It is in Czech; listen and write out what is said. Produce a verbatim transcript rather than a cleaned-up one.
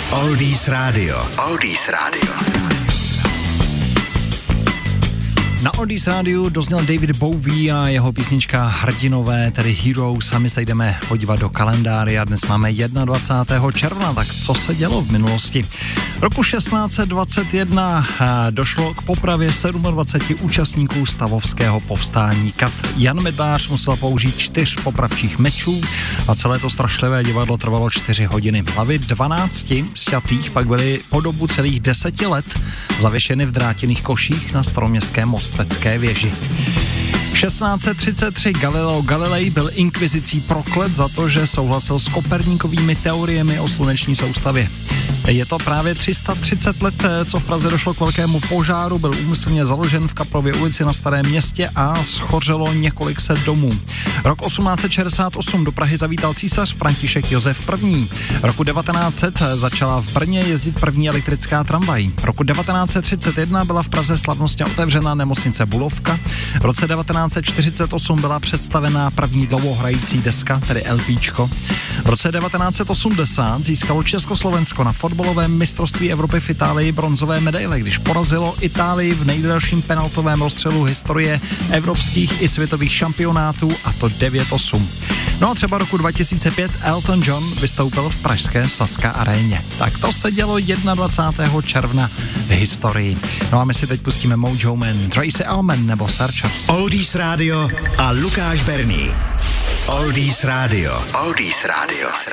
Oldies Radio. Oldies Radio. Na Oldies rádiu dozněl David Bowie a jeho písnička Hrdinové, tedy Heroes, a my se jdeme podívat do kalendáře a dnes máme dvacátého prvního června, tak co se dělo v minulosti? Roku šestnáct set dvacet jedna došlo k popravě dvacet sedm účastníků stavovského povstání. Kat Jan Medlář musel použít čtyř popravčích mečů a celé to strašlivé divadlo trvalo čtyři hodiny. Hlavy dvanácti sťatých pak byly po dobu celých deseti let zavěšeny v drátěných koších na staroměstské Mostpecké věži. šestnáct set třicet tři Galileo Galilei byl inkvizicí proklet za to, že souhlasil s Koperníkovými teoriemi o sluneční soustavě. Je to právě tři sta třicet let, co v Praze došlo k velkému požáru, byl úmyslně založen v Kaprově ulici na Starém Městě a schořelo několik set domů. Rok osmnáct set šedesát osm do Prahy zavítal císař František Josef I. Roku devatenáct set začala v Brně jezdit první elektrická tramvaj. Roku devatenáct set třicet jedna byla v Praze slavnostně otevřena nemocnice Bulovka. V roce devatenáct set čtyřicet osm byla představená první dlouhohrající deska, tedy LPčko. V roce devatenáct set osmdesát získalo Československo na fotbalovém mistrovství Evropy v Itálii bronzové medaile, když porazilo Itálii v nejdelším penaltovém rozstřelu historie evropských i světových šampionátů, a to devět osm. No a třeba roku dva tisíce pět Elton John vystoupil v pražské Sazka aréně. Tak to se dělo dvacátého prvního června v historii. No a my si teď pustíme Mojo Man, Tracy Allman nebo Searchers. Oldies Radio a Lukáš Berný. Oldies Radio. Oldies Radio.